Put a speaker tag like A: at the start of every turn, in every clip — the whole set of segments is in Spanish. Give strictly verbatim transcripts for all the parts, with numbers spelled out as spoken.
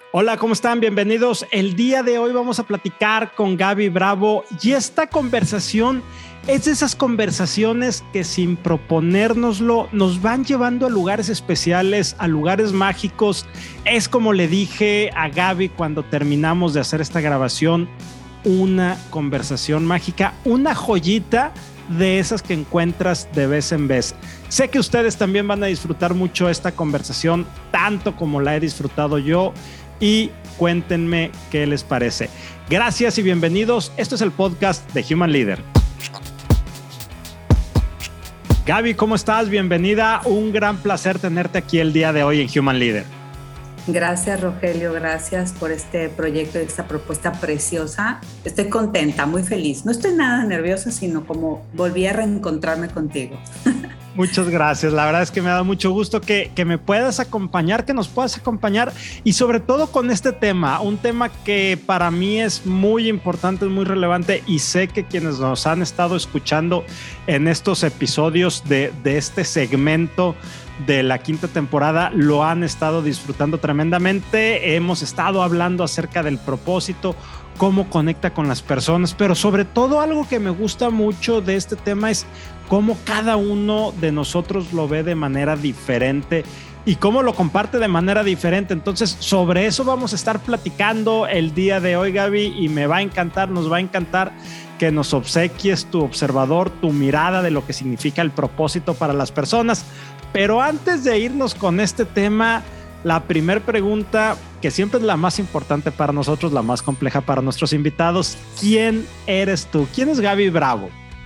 A: Hola, ¿cómo están? Bienvenidos. El día de hoy vamos a platicar con Gaby Bravo y esta conversación es de esas conversaciones que sin proponérnoslo nos van llevando a lugares especiales, a lugares mágicos. Es como le dije a Gaby cuando terminamos de hacer esta grabación, una conversación mágica, una joyita de esas que encuentras de vez en vez. Sé que ustedes también van a disfrutar mucho esta conversación, tanto como la he disfrutado yo. Y cuéntenme qué les parece. Gracias y bienvenidos. Esto es el podcast de Human Leader. Gaby, ¿cómo estás? Bienvenida. Un gran placer tenerte aquí el día de hoy en Human Leader.
B: Gracias, Rogelio. Gracias por este proyecto y esta propuesta preciosa. Estoy contenta, muy feliz. No estoy nada nerviosa, sino como volví a reencontrarme contigo.
A: Muchas gracias. La verdad es que me ha dado mucho gusto que, que me puedas acompañar, que nos puedas acompañar y sobre todo con este tema, un tema que para mí es muy importante, es muy relevante y sé que quienes nos han estado escuchando en estos episodios de, de este segmento de la quinta temporada lo han estado disfrutando tremendamente. Hemos estado hablando acerca del propósito, cómo conecta con las personas, pero sobre todo algo que me gusta mucho de este tema es cómo cada uno de nosotros lo ve de manera diferente y cómo lo comparte de manera diferente. Entonces, sobre eso vamos a estar platicando el día de hoy, Gaby, y me va a encantar, nos va a encantar que nos obsequies tu observador, tu mirada de lo que significa el propósito para las personas. Pero antes de irnos con este tema, la primera pregunta, que siempre es la más importante para nosotros, la más compleja para nuestros invitados, ¿quién eres tú? ¿Quién es Gaby Bravo?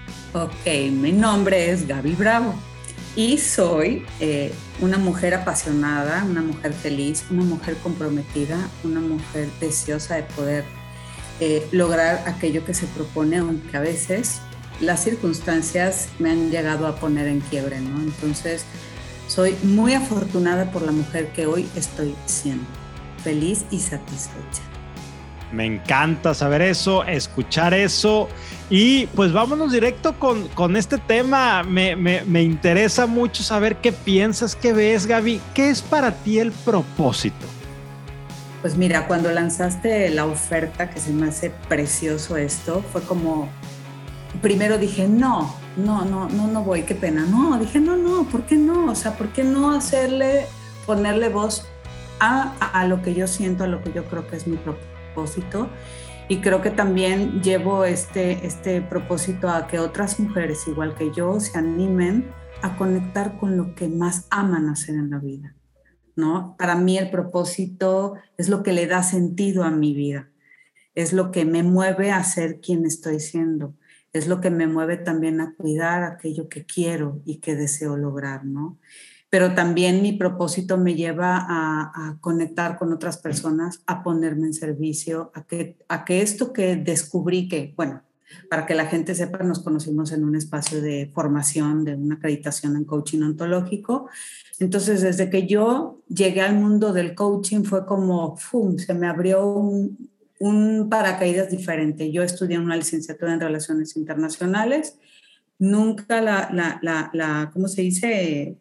B: Ok, mi nombre es Gaby Bravo y soy eh, una mujer apasionada, una mujer feliz, una mujer comprometida, una mujer deseosa de poder eh, lograr aquello que se propone, aunque a veces las circunstancias me han llegado a poner en quiebre, ¿no? Entonces, soy muy afortunada por la mujer que hoy estoy siendo, feliz y satisfecha.
A: Me encanta saber eso, escuchar eso y pues vámonos directo con, con este tema. Me, me, me interesa mucho saber qué piensas, qué ves, Gaby. ¿Qué es para ti el propósito?
B: Pues mira, cuando lanzaste la oferta, que se me hace precioso esto, fue como, primero dije, no, no, no, no, no voy, qué pena. No, dije, no, no, ¿por qué no? O sea, ¿por qué no hacerle, ponerle voz a, a lo que yo siento, a lo que yo creo que es mi propósito? propósito y creo que también llevo este, este propósito a que otras mujeres igual que yo se animen a conectar con lo que más aman hacer en la vida, ¿no? Para mí el propósito es lo que le da sentido a mi vida, es lo que me mueve a ser quien estoy siendo, es lo que me mueve también a cuidar aquello que quiero y que deseo lograr, ¿no? Pero también mi propósito me lleva a, a conectar con otras personas, a ponerme en servicio, a que, a que esto que descubrí que, bueno, para que la gente sepa, nos conocimos en un espacio de formación, de una acreditación en coaching ontológico. Entonces, desde que yo llegué al mundo del coaching fue como, ¡fum!, se me abrió un, un paracaídas diferente. Yo estudié una licenciatura en Relaciones Internacionales, nunca la, la, la, la ¿cómo se dice?,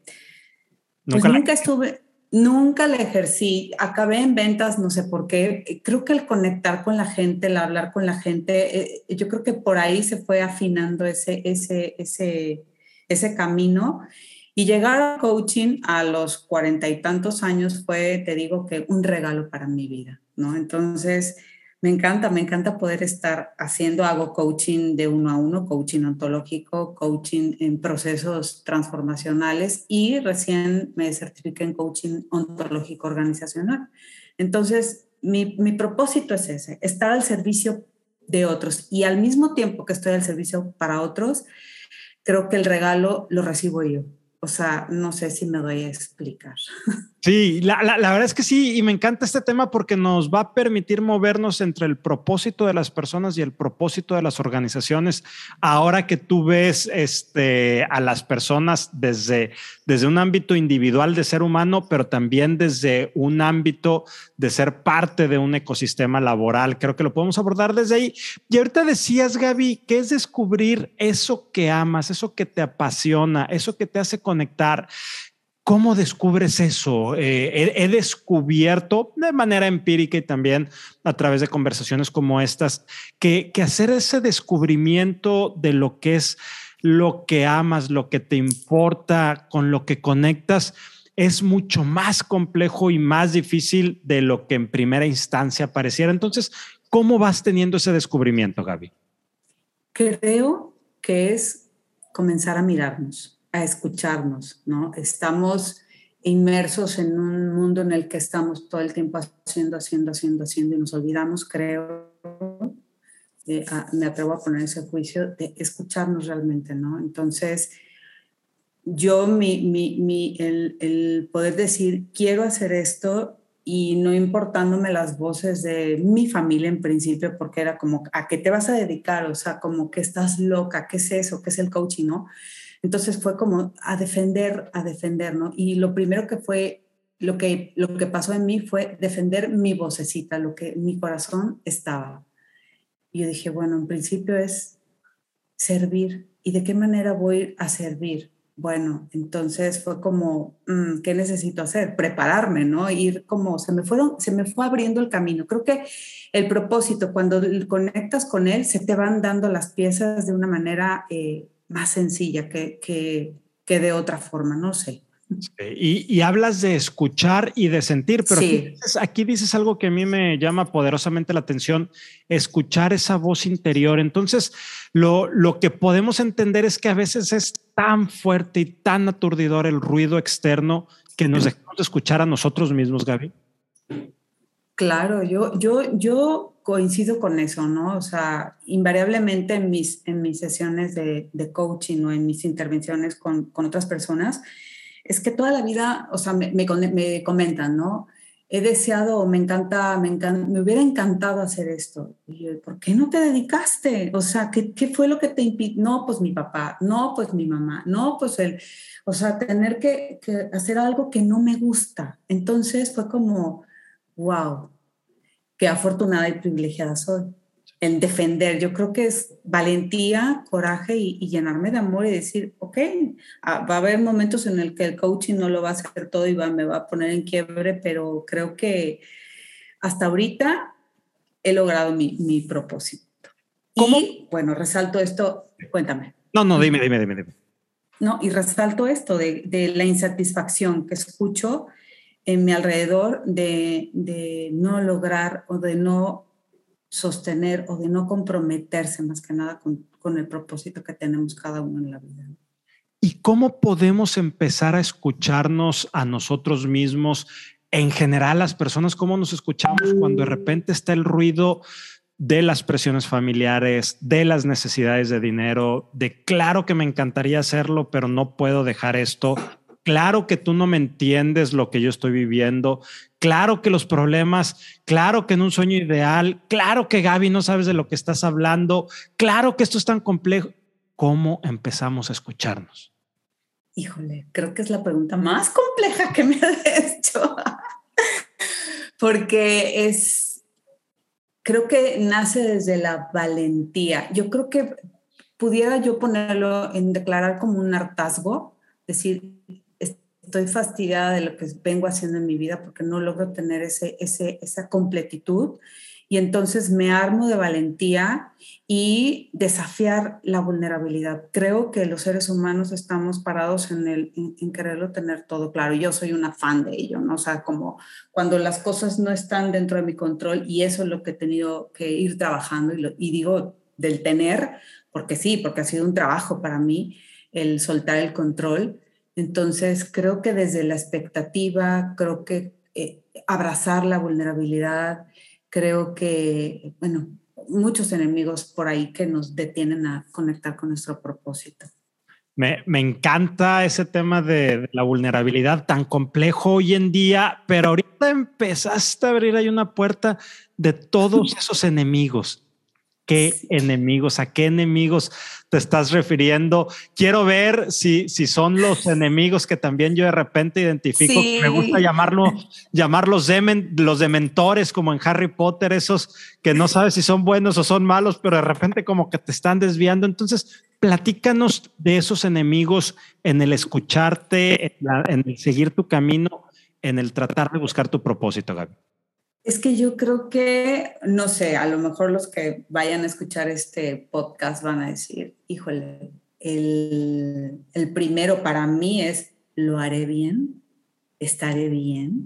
B: Pues nunca, nunca estuve, nunca la ejercí, acabé en ventas, no sé por qué. Creo que el conectar con la gente, el hablar con la gente, eh, yo creo que por ahí se fue afinando ese, ese, ese, ese camino. Y llegar al coaching a los cuarenta y tantos años fue, te digo, que un regalo para mi vida, ¿no? Entonces, me encanta, me encanta poder estar haciendo, hago coaching de uno a uno, coaching ontológico, coaching en procesos transformacionales y recién me certifiqué en coaching ontológico organizacional. Entonces, mi, mi propósito es ese, estar al servicio de otros y al mismo tiempo que estoy al servicio para otros, creo que el regalo lo recibo yo. O sea, no sé si me doy a explicar.
A: Sí, la, la, la verdad es que sí, y me encanta este tema porque nos va a permitir movernos entre el propósito de las personas y el propósito de las organizaciones. Ahora que tú ves este, a las personas desde, desde un ámbito individual de ser humano, pero también desde un ámbito de ser parte de un ecosistema laboral, creo que lo podemos abordar desde ahí. Y ahorita decías, Gaby, que es descubrir eso que amas, eso que te apasiona, eso que te hace conectar. ¿Cómo descubres eso? Eh, he, he descubierto de manera empírica y también a través de conversaciones como estas, que, que hacer ese descubrimiento de lo que es lo que amas, lo que te importa, con lo que conectas, es mucho más complejo y más difícil de lo que en primera instancia pareciera. Entonces, ¿cómo vas teniendo ese descubrimiento, Gaby?
B: Creo que es comenzar a mirarnos, a escucharnos, ¿no? Estamos inmersos en un mundo en el que estamos todo el tiempo haciendo, haciendo, haciendo, haciendo y nos olvidamos, creo, de, a, me atrevo a poner ese juicio, de escucharnos realmente, ¿no? Entonces, yo, mi, mi, mi, el, el poder decir, quiero hacer esto y no importándome las voces de mi familia en principio, porque era como, ¿a qué te vas a dedicar? O sea, como que estás loca, ¿qué es eso? ¿Qué es el coaching, no? Entonces fue como a defender, a defender, ¿no? Y lo primero que fue, lo que, lo que pasó en mí fue defender mi vocecita, lo que mi corazón estaba. Y yo dije, bueno, en principio es servir. ¿Y de qué manera voy a servir? Bueno, entonces fue como, mmm, ¿qué necesito hacer? Prepararme, ¿no? Ir como, se me fueron, se me fue abriendo el camino. Creo que el propósito, cuando conectas con él, se te van dando las piezas de una manera eh, más sencilla que, que, que de otra forma, no sé.
A: Sí, y, y hablas de escuchar y de sentir, pero
B: sí.
A: aquí, dices, aquí dices algo que a mí me llama poderosamente la atención, escuchar esa voz interior. Entonces, lo, lo que podemos entender es que a veces es tan fuerte y tan aturdidor el ruido externo que nos dejamos de escuchar a nosotros mismos, Gaby.
B: Claro, yo, yo, yo coincido con eso, ¿no? O sea, invariablemente en mis, en mis sesiones de, de coaching o en mis intervenciones con, con otras personas, es que toda la vida, o sea, me, me, me comentan, ¿no? He deseado o me encanta, me, encanta, me hubiera encantado hacer esto. Y yo, ¿por qué no te dedicaste? O sea, ¿qué, qué fue lo que te impidió? No, pues mi papá, no, pues mi mamá, no, pues él. O sea, tener que, que hacer algo que no me gusta. Entonces fue como, wow, qué afortunada y privilegiada soy. En defender, yo creo que es valentía, coraje y, y llenarme de amor y decir, ok, va a haber momentos en el que el coaching no lo va a hacer todo y va, me va a poner en quiebre, pero creo que hasta ahorita he logrado mi, mi propósito. ¿Cómo? Y bueno, resalto esto, cuéntame.
A: No, no, dime, dime, dime. dime.
B: No, y resalto esto de, de la insatisfacción que escucho en mi alrededor de, de no lograr o de no sostener o de no comprometerse más que nada con, con el propósito que tenemos cada uno en la vida.
A: ¿Y cómo podemos empezar a escucharnos a nosotros mismos? En general, las personas, ¿cómo nos escuchamos cuando de repente está el ruido de las presiones familiares, de las necesidades de dinero, de claro que me encantaría hacerlo, pero no puedo dejar esto? Claro que tú no me entiendes lo que yo estoy viviendo. Claro que los problemas, claro que en un sueño ideal, claro que Gaby no sabes de lo que estás hablando. Claro que esto es tan complejo. ¿Cómo empezamos a escucharnos?
B: Híjole, creo que es la pregunta más compleja que me has hecho. Porque es, creo que nace desde la valentía. Yo creo que pudiera yo ponerlo en declarar como un hartazgo, decir, estoy fastidiada de lo que vengo haciendo en mi vida porque no logro tener ese, ese, esa completitud y entonces me armo de valentía y desafiar la vulnerabilidad. Creo que los seres humanos estamos parados en, el, en, en quererlo tener todo claro. Yo soy una fan de ello, ¿no? O sea, como cuando las cosas no están dentro de mi control y eso es lo que he tenido que ir trabajando y, lo, y digo del tener, porque sí, porque ha sido un trabajo para mí el soltar el control. Entonces, creo que desde la expectativa, creo que eh, abrazar la vulnerabilidad, creo que, bueno, muchos enemigos por ahí que nos detienen a conectar con nuestro propósito.
A: Me, me encanta ese tema de, de la vulnerabilidad tan complejo hoy en día, pero ahorita empezaste a abrir ahí una puerta de todos esos enemigos. ¿Qué sí. enemigos? ¿A qué enemigos te estás refiriendo? Quiero ver si, si son los enemigos que también yo de repente identifico. Sí. Me gusta llamarlo, llamarlos demen, los dementores, como en Harry Potter, esos que no sabes si son buenos o son malos, pero de repente como que te están desviando. Entonces, platícanos de esos enemigos en el escucharte, en, la, en el seguir tu camino, en el tratar de buscar tu propósito, Gaby.
B: Es que yo creo que, no sé, a lo mejor los que vayan a escuchar este podcast van a decir, híjole, el, el primero para mí es, ¿lo haré bien? ¿Estaré bien?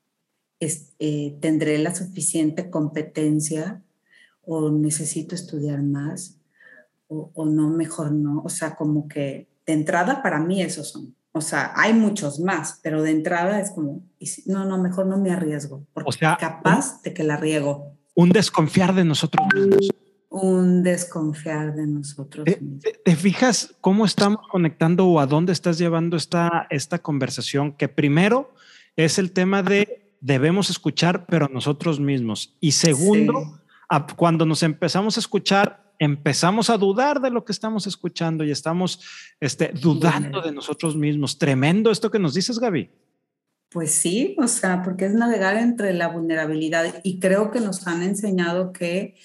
B: Es, eh, ¿Tendré la suficiente competencia? ¿O necesito estudiar más? O, o no, mejor no. O sea, como que de entrada para mí esos son. O sea, hay muchos más, pero de entrada es como, no, no, mejor no me arriesgo, porque o sea, capaz un, de que la riego.
A: Un desconfiar de nosotros mismos.
B: Un desconfiar de nosotros
A: ¿Te,
B: mismos.
A: Te, ¿Te fijas cómo estamos conectando o a dónde estás llevando esta, esta conversación? Que primero es el tema de debemos escuchar, pero nosotros mismos. Y segundo, sí. a, cuando nos empezamos a escuchar, empezamos a dudar de lo que estamos escuchando y estamos este, dudando de nosotros mismos. Tremendo esto que nos dices, Gaby.
B: Pues sí, o sea, porque es navegar entre la vulnerabilidad y creo que nos han enseñado que,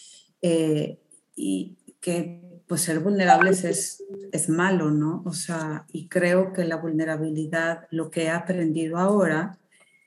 B: eh, y que pues ser vulnerables es, es malo, ¿no? O sea, y creo que la vulnerabilidad, lo que he aprendido ahora,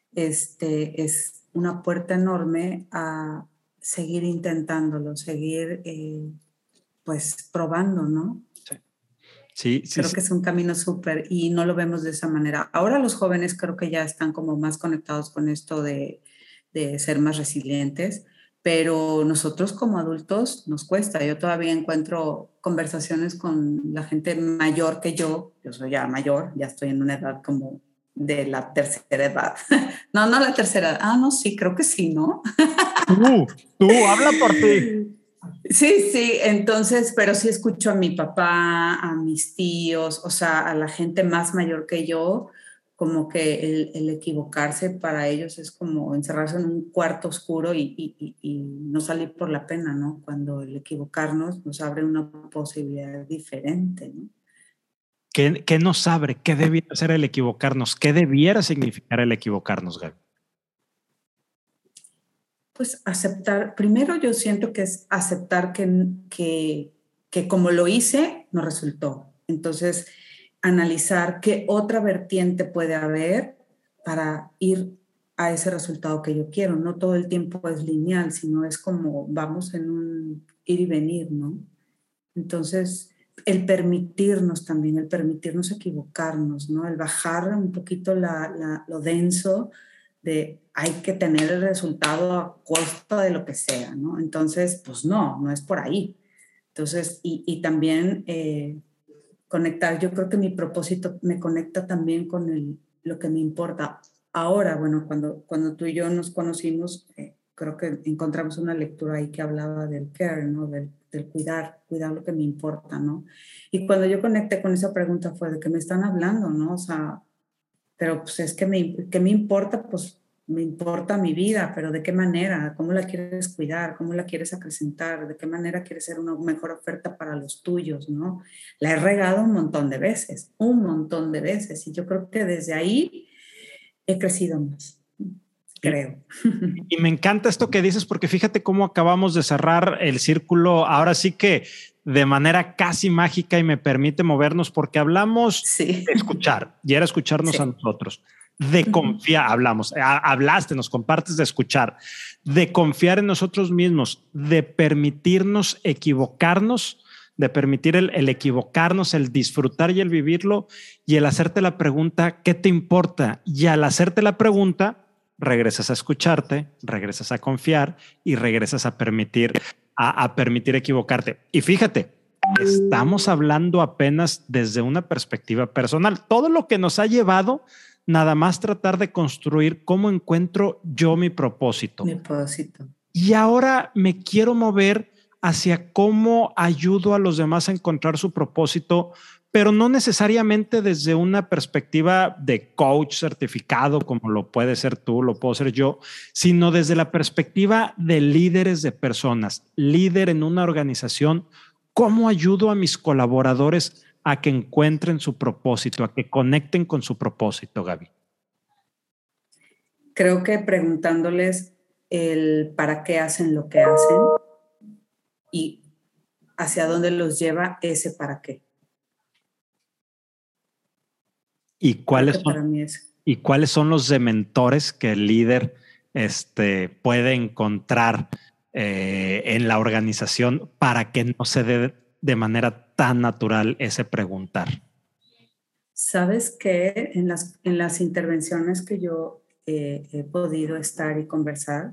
B: este, es una puerta enorme a seguir intentándolo, seguir eh, pues probando, ¿no?
A: Sí, sí, sí.
B: Creo
A: sí.
B: que es un camino súper y no lo vemos de esa manera. Ahora los jóvenes creo que ya están como más conectados con esto de, de ser más resilientes, pero nosotros como adultos nos cuesta. Yo todavía encuentro conversaciones con la gente mayor que yo, yo soy ya mayor, ya estoy en una edad como de la tercera edad. No, no la tercera edad. Ah, no, sí, creo que sí, ¿no?
A: Tú, tú, habla por ti.
B: Sí, sí, entonces, pero sí escucho a mi papá, a mis tíos, o sea, a la gente más mayor que yo, como que el, el equivocarse para ellos es como encerrarse en un cuarto oscuro y, y, y no salir por la pena, ¿no? Cuando el equivocarnos nos abre una posibilidad diferente, ¿no?
A: ¿Qué, qué nos abre? ¿Qué debiera ser el equivocarnos? ¿Qué debiera significar el equivocarnos, Gaby?
B: Pues aceptar, primero yo siento que es aceptar que, que, que como lo hice, no resultó. Entonces, analizar qué otra vertiente puede haber para ir a ese resultado que yo quiero. No todo el tiempo es lineal, sino es como vamos en un ir y venir, ¿no? Entonces, el permitirnos también, el permitirnos equivocarnos, ¿no? El bajar un poquito la, la, lo denso de hay que tener el resultado a costa de lo que sea, ¿no? Entonces, pues no, no es por ahí. Entonces, y, y también eh, conectar, yo creo que mi propósito me conecta también con el, lo que me importa. Ahora, bueno, cuando, cuando tú y yo nos conocimos, eh, creo que encontramos una lectura ahí que hablaba del care, ¿no? Del, del cuidar, cuidar lo que me importa, ¿no? Y cuando yo conecté con esa pregunta fue de que me están hablando, ¿no? O sea, pero pues es que me, que me importa, pues me importa mi vida, pero ¿de qué manera? ¿Cómo la quieres cuidar? ¿Cómo la quieres acrecentar? ¿De qué manera quieres ser una mejor oferta para los tuyos, no? La he regado un montón de veces, un montón de veces, y yo creo que desde ahí he crecido más, creo.
A: Y, y me encanta esto que dices, porque fíjate cómo acabamos de cerrar el círculo, ahora sí que de manera casi mágica, y me permite movernos, porque hablamos sí. de escuchar, y era escucharnos sí. a nosotros. De confiar, hablamos, hablaste, nos compartes de escuchar, de confiar en nosotros mismos, de permitirnos equivocarnos, de permitir el, el equivocarnos, el disfrutar y el vivirlo, y el hacerte la pregunta, ¿qué te importa? Y al hacerte la pregunta, regresas a escucharte, regresas a confiar y regresas a permitir, a, a permitir equivocarte. Y fíjate, estamos hablando apenas desde una perspectiva personal. Todo lo que nos ha llevado nada más tratar de construir cómo encuentro yo mi propósito.
B: Mi propósito.
A: Y ahora me quiero mover hacia cómo ayudo a los demás a encontrar su propósito, pero no necesariamente desde una perspectiva de coach certificado, como lo puede ser tú, lo puedo ser yo, sino desde la perspectiva de líderes de personas, líder en una organización. ¿Cómo ayudo a mis colaboradores a que encuentren su propósito, a que conecten con su propósito, Gaby?
B: Creo que preguntándoles el para qué hacen lo que hacen y hacia dónde los lleva ese para qué.
A: ¿Y cuáles
B: para
A: son,
B: mí es.
A: ¿Y cuáles son los dementores que el líder este, puede encontrar eh, en la organización para que no se dé de manera tan natural ese preguntar?
B: Sabes que en las, en las intervenciones que yo eh, he podido estar y conversar,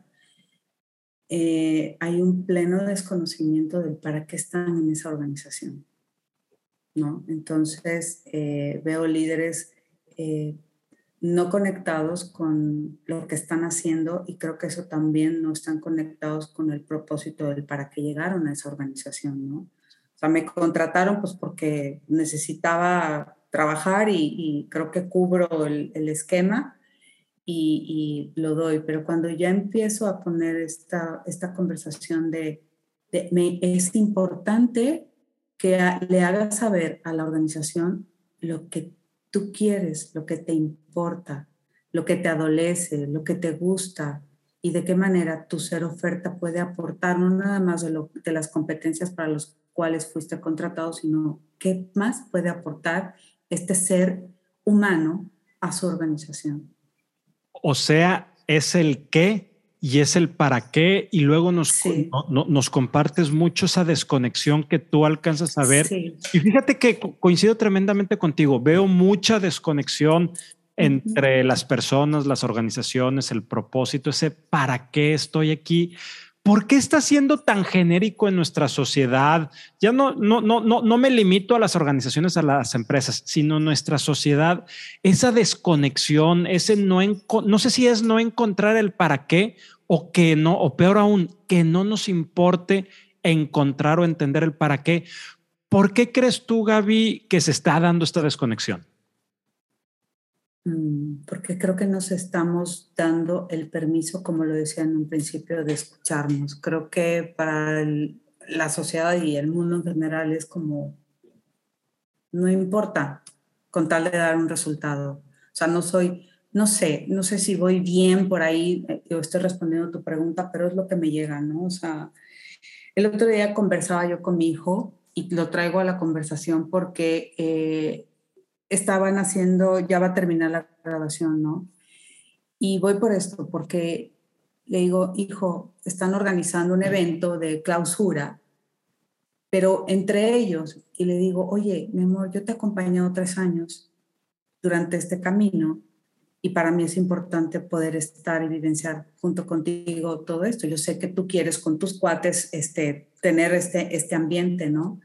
B: eh, hay un pleno desconocimiento del para qué están en esa organización, ¿no? Entonces, eh, veo líderes eh, no conectados con lo que están haciendo y creo que eso también no están conectados con el propósito del para qué llegaron a esa organización, ¿no? O sea, me contrataron pues porque necesitaba trabajar y, y creo que cubro el, el esquema y, y, lo doy, pero cuando ya empiezo a poner esta, esta conversación de, de me, es importante que a, le hagas saber a la organización lo que tú quieres, lo que te importa, lo que te adolece, lo que te gusta y de qué manera tu ser oferta puede aportar, no nada más de, lo, de las competencias para los cuales fuiste contratado, sino qué más puede aportar este ser humano a su organización.
A: O sea, es el qué y es el para qué, y luego nos,
B: sí.
A: no, nos compartes mucho esa desconexión que tú alcanzas a ver.
B: Sí.
A: Y fíjate que coincido tremendamente contigo, veo mucha desconexión entre uh-huh. las personas, las organizaciones, el propósito, ese para qué estoy aquí. ¿Por qué está siendo tan genérico en nuestra sociedad? Ya no, no, no, no, no me limito a las organizaciones, a las empresas, sino nuestra sociedad, esa desconexión, ese no, enco- no sé si es no encontrar el para qué o que no, o peor aún, que no nos importe encontrar o entender el para qué. ¿Por qué crees tú, Gaby, que se está dando esta desconexión?
B: Porque creo que nos estamos dando el permiso, como lo decía en un principio, de escucharnos. Creo que para el, la sociedad y el mundo en general es como, no importa con tal de dar un resultado. O sea, no soy, no sé, no sé si voy bien por ahí, yo estoy respondiendo a tu pregunta, pero es lo que me llega, ¿no? O sea, el otro día conversaba yo con mi hijo y lo traigo a la conversación porque eh, estaban haciendo, ya va a terminar la grabación, ¿no? Y voy por esto, porque le digo, hijo, están organizando un evento de clausura, pero entre ellos, y le digo, oye, mi amor, yo te he acompañado tres años durante este camino y para mí es importante poder estar y vivenciar junto contigo todo esto. Yo sé que tú quieres con tus cuates este, tener este, este ambiente, ¿no?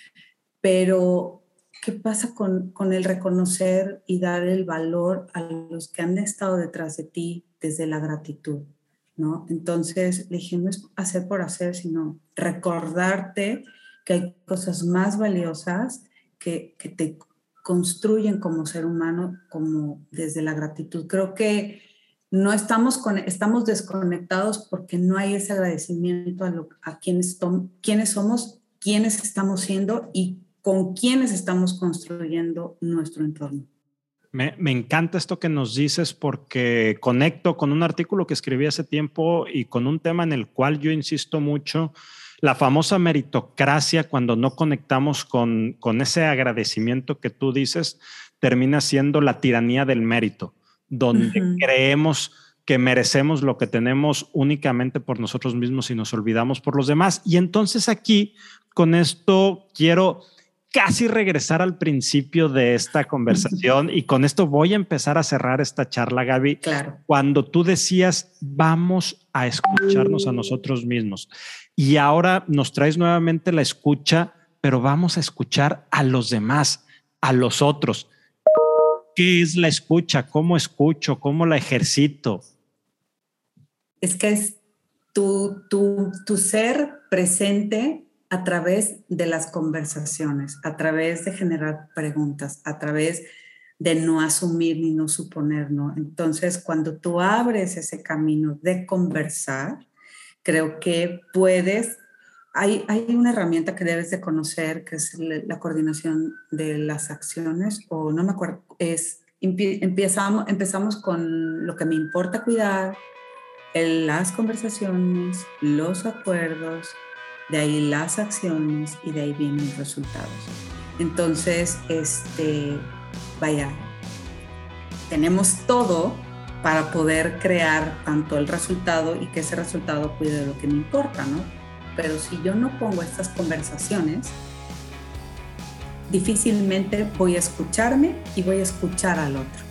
B: Pero ¿qué pasa con, con el reconocer y dar el valor a los que han estado detrás de ti desde la gratitud, ¿no? Entonces le dije, no es hacer por hacer, sino recordarte que hay cosas más valiosas que, que te construyen como ser humano, como desde la gratitud. Creo que no estamos, con, estamos desconectados porque no hay ese agradecimiento a, lo, a quienes, tom, quienes somos, quiénes estamos siendo y con quiénes estamos construyendo nuestro entorno.
A: Me, me encanta esto que nos dices porque conecto con un artículo que escribí hace tiempo y con un tema en el cual yo insisto mucho, la famosa meritocracia, cuando no conectamos con, con ese agradecimiento que tú dices, termina siendo la tiranía del mérito, donde uh-huh. creemos que merecemos lo que tenemos únicamente por nosotros mismos y nos olvidamos por los demás. Y entonces aquí, con esto, quiero casi regresar al principio de esta conversación y con esto voy a empezar a cerrar esta charla, Gaby.
B: Claro.
A: Cuando tú decías, vamos a escucharnos a nosotros mismos y ahora nos traes nuevamente la escucha, pero vamos a escuchar a los demás, a los otros. ¿Qué es la escucha? ¿Cómo escucho? ¿Cómo la ejercito?
B: Es que es tu, tu, tu ser presente a través de las conversaciones, a través de generar preguntas, a través de no asumir ni no suponer, ¿no? Entonces, cuando tú abres ese camino de conversar, creo que puedes, hay, hay una herramienta que debes de conocer, que es la, la coordinación de las acciones, o no me acuerdo, es, empezamos, empezamos con lo que me importa cuidar, el, las conversaciones, los acuerdos, de ahí las acciones y de ahí vienen los resultados. Entonces, este, vaya, tenemos todo para poder crear tanto el resultado y que ese resultado cuide de lo que me importa, ¿no? Pero si yo no pongo estas conversaciones, difícilmente voy a escucharme y voy a escuchar al otro.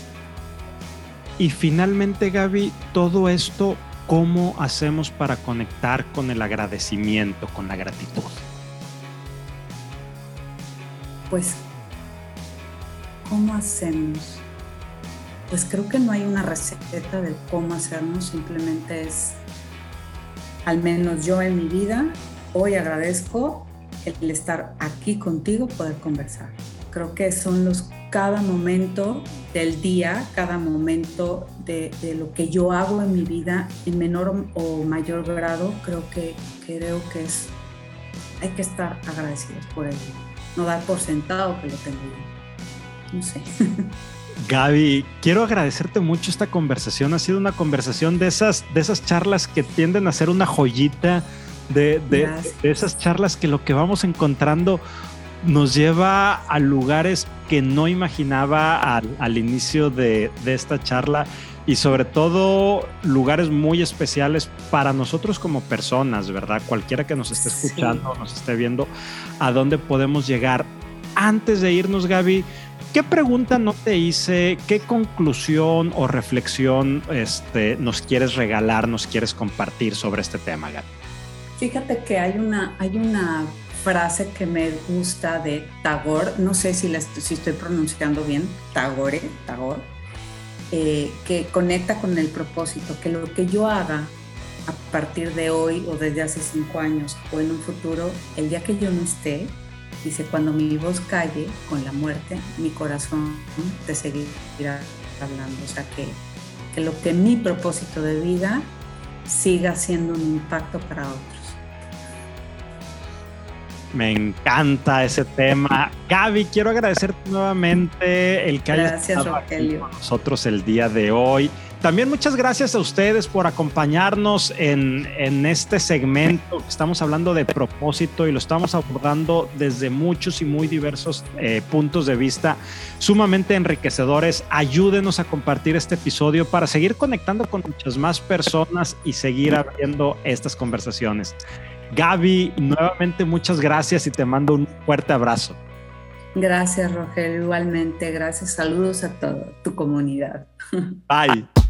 A: Y finalmente, Gaby, todo esto, ¿cómo hacemos para conectar con el agradecimiento, con la gratitud?
B: Pues, ¿cómo hacemos? Pues creo que no hay una receta de cómo hacerlo, simplemente es, al menos yo en mi vida, hoy agradezco el estar aquí contigo, poder conversar. Creo que son los cada momento del día, cada momento de, de lo que yo hago en mi vida, en menor o mayor grado, creo que, creo que es, hay que estar agradecidos por ello. No dar por sentado que lo tengo yo. No sé.
A: Gaby, quiero agradecerte mucho esta conversación. Ha sido una conversación de esas, de esas charlas que tienden a ser una joyita, de, de, de esas charlas que lo que vamos encontrando nos lleva a lugares que no imaginaba al, al inicio de, de esta charla, y sobre todo lugares muy especiales para nosotros como personas, ¿verdad? Cualquiera que nos esté escuchando, sí, nos esté viendo, a dónde podemos llegar. Antes de irnos, Gaby, ¿qué pregunta no te hice? ¿Qué conclusión o reflexión este, nos quieres regalar, nos quieres compartir sobre este tema, Gaby?
B: Fíjate que hay una, hay una frase que me gusta de Tagore, no sé si, la, si estoy pronunciando bien, Tagore, Tagore, eh, que conecta con el propósito, que lo que yo haga a partir de hoy o desde hace cinco años o en un futuro, el día que yo no esté, dice, cuando mi voz calle con la muerte, mi corazón te seguirá hablando. O sea, que, que lo que mi propósito de vida siga siendo un impacto para otros.
A: Me encanta ese tema. Gaby, quiero agradecerte nuevamente el que hayas estado aquí con nosotros el día de hoy. También muchas gracias a ustedes por acompañarnos en, en este segmento. Estamos hablando de propósito y lo estamos abordando desde muchos y muy diversos eh, puntos de vista sumamente enriquecedores. Ayúdenos a compartir este episodio para seguir conectando con muchas más personas y seguir abriendo estas conversaciones. Gaby, nuevamente muchas gracias y te mando un fuerte abrazo.
B: Gracias, Rogelio, igualmente. Gracias, saludos a toda tu comunidad.
A: Bye.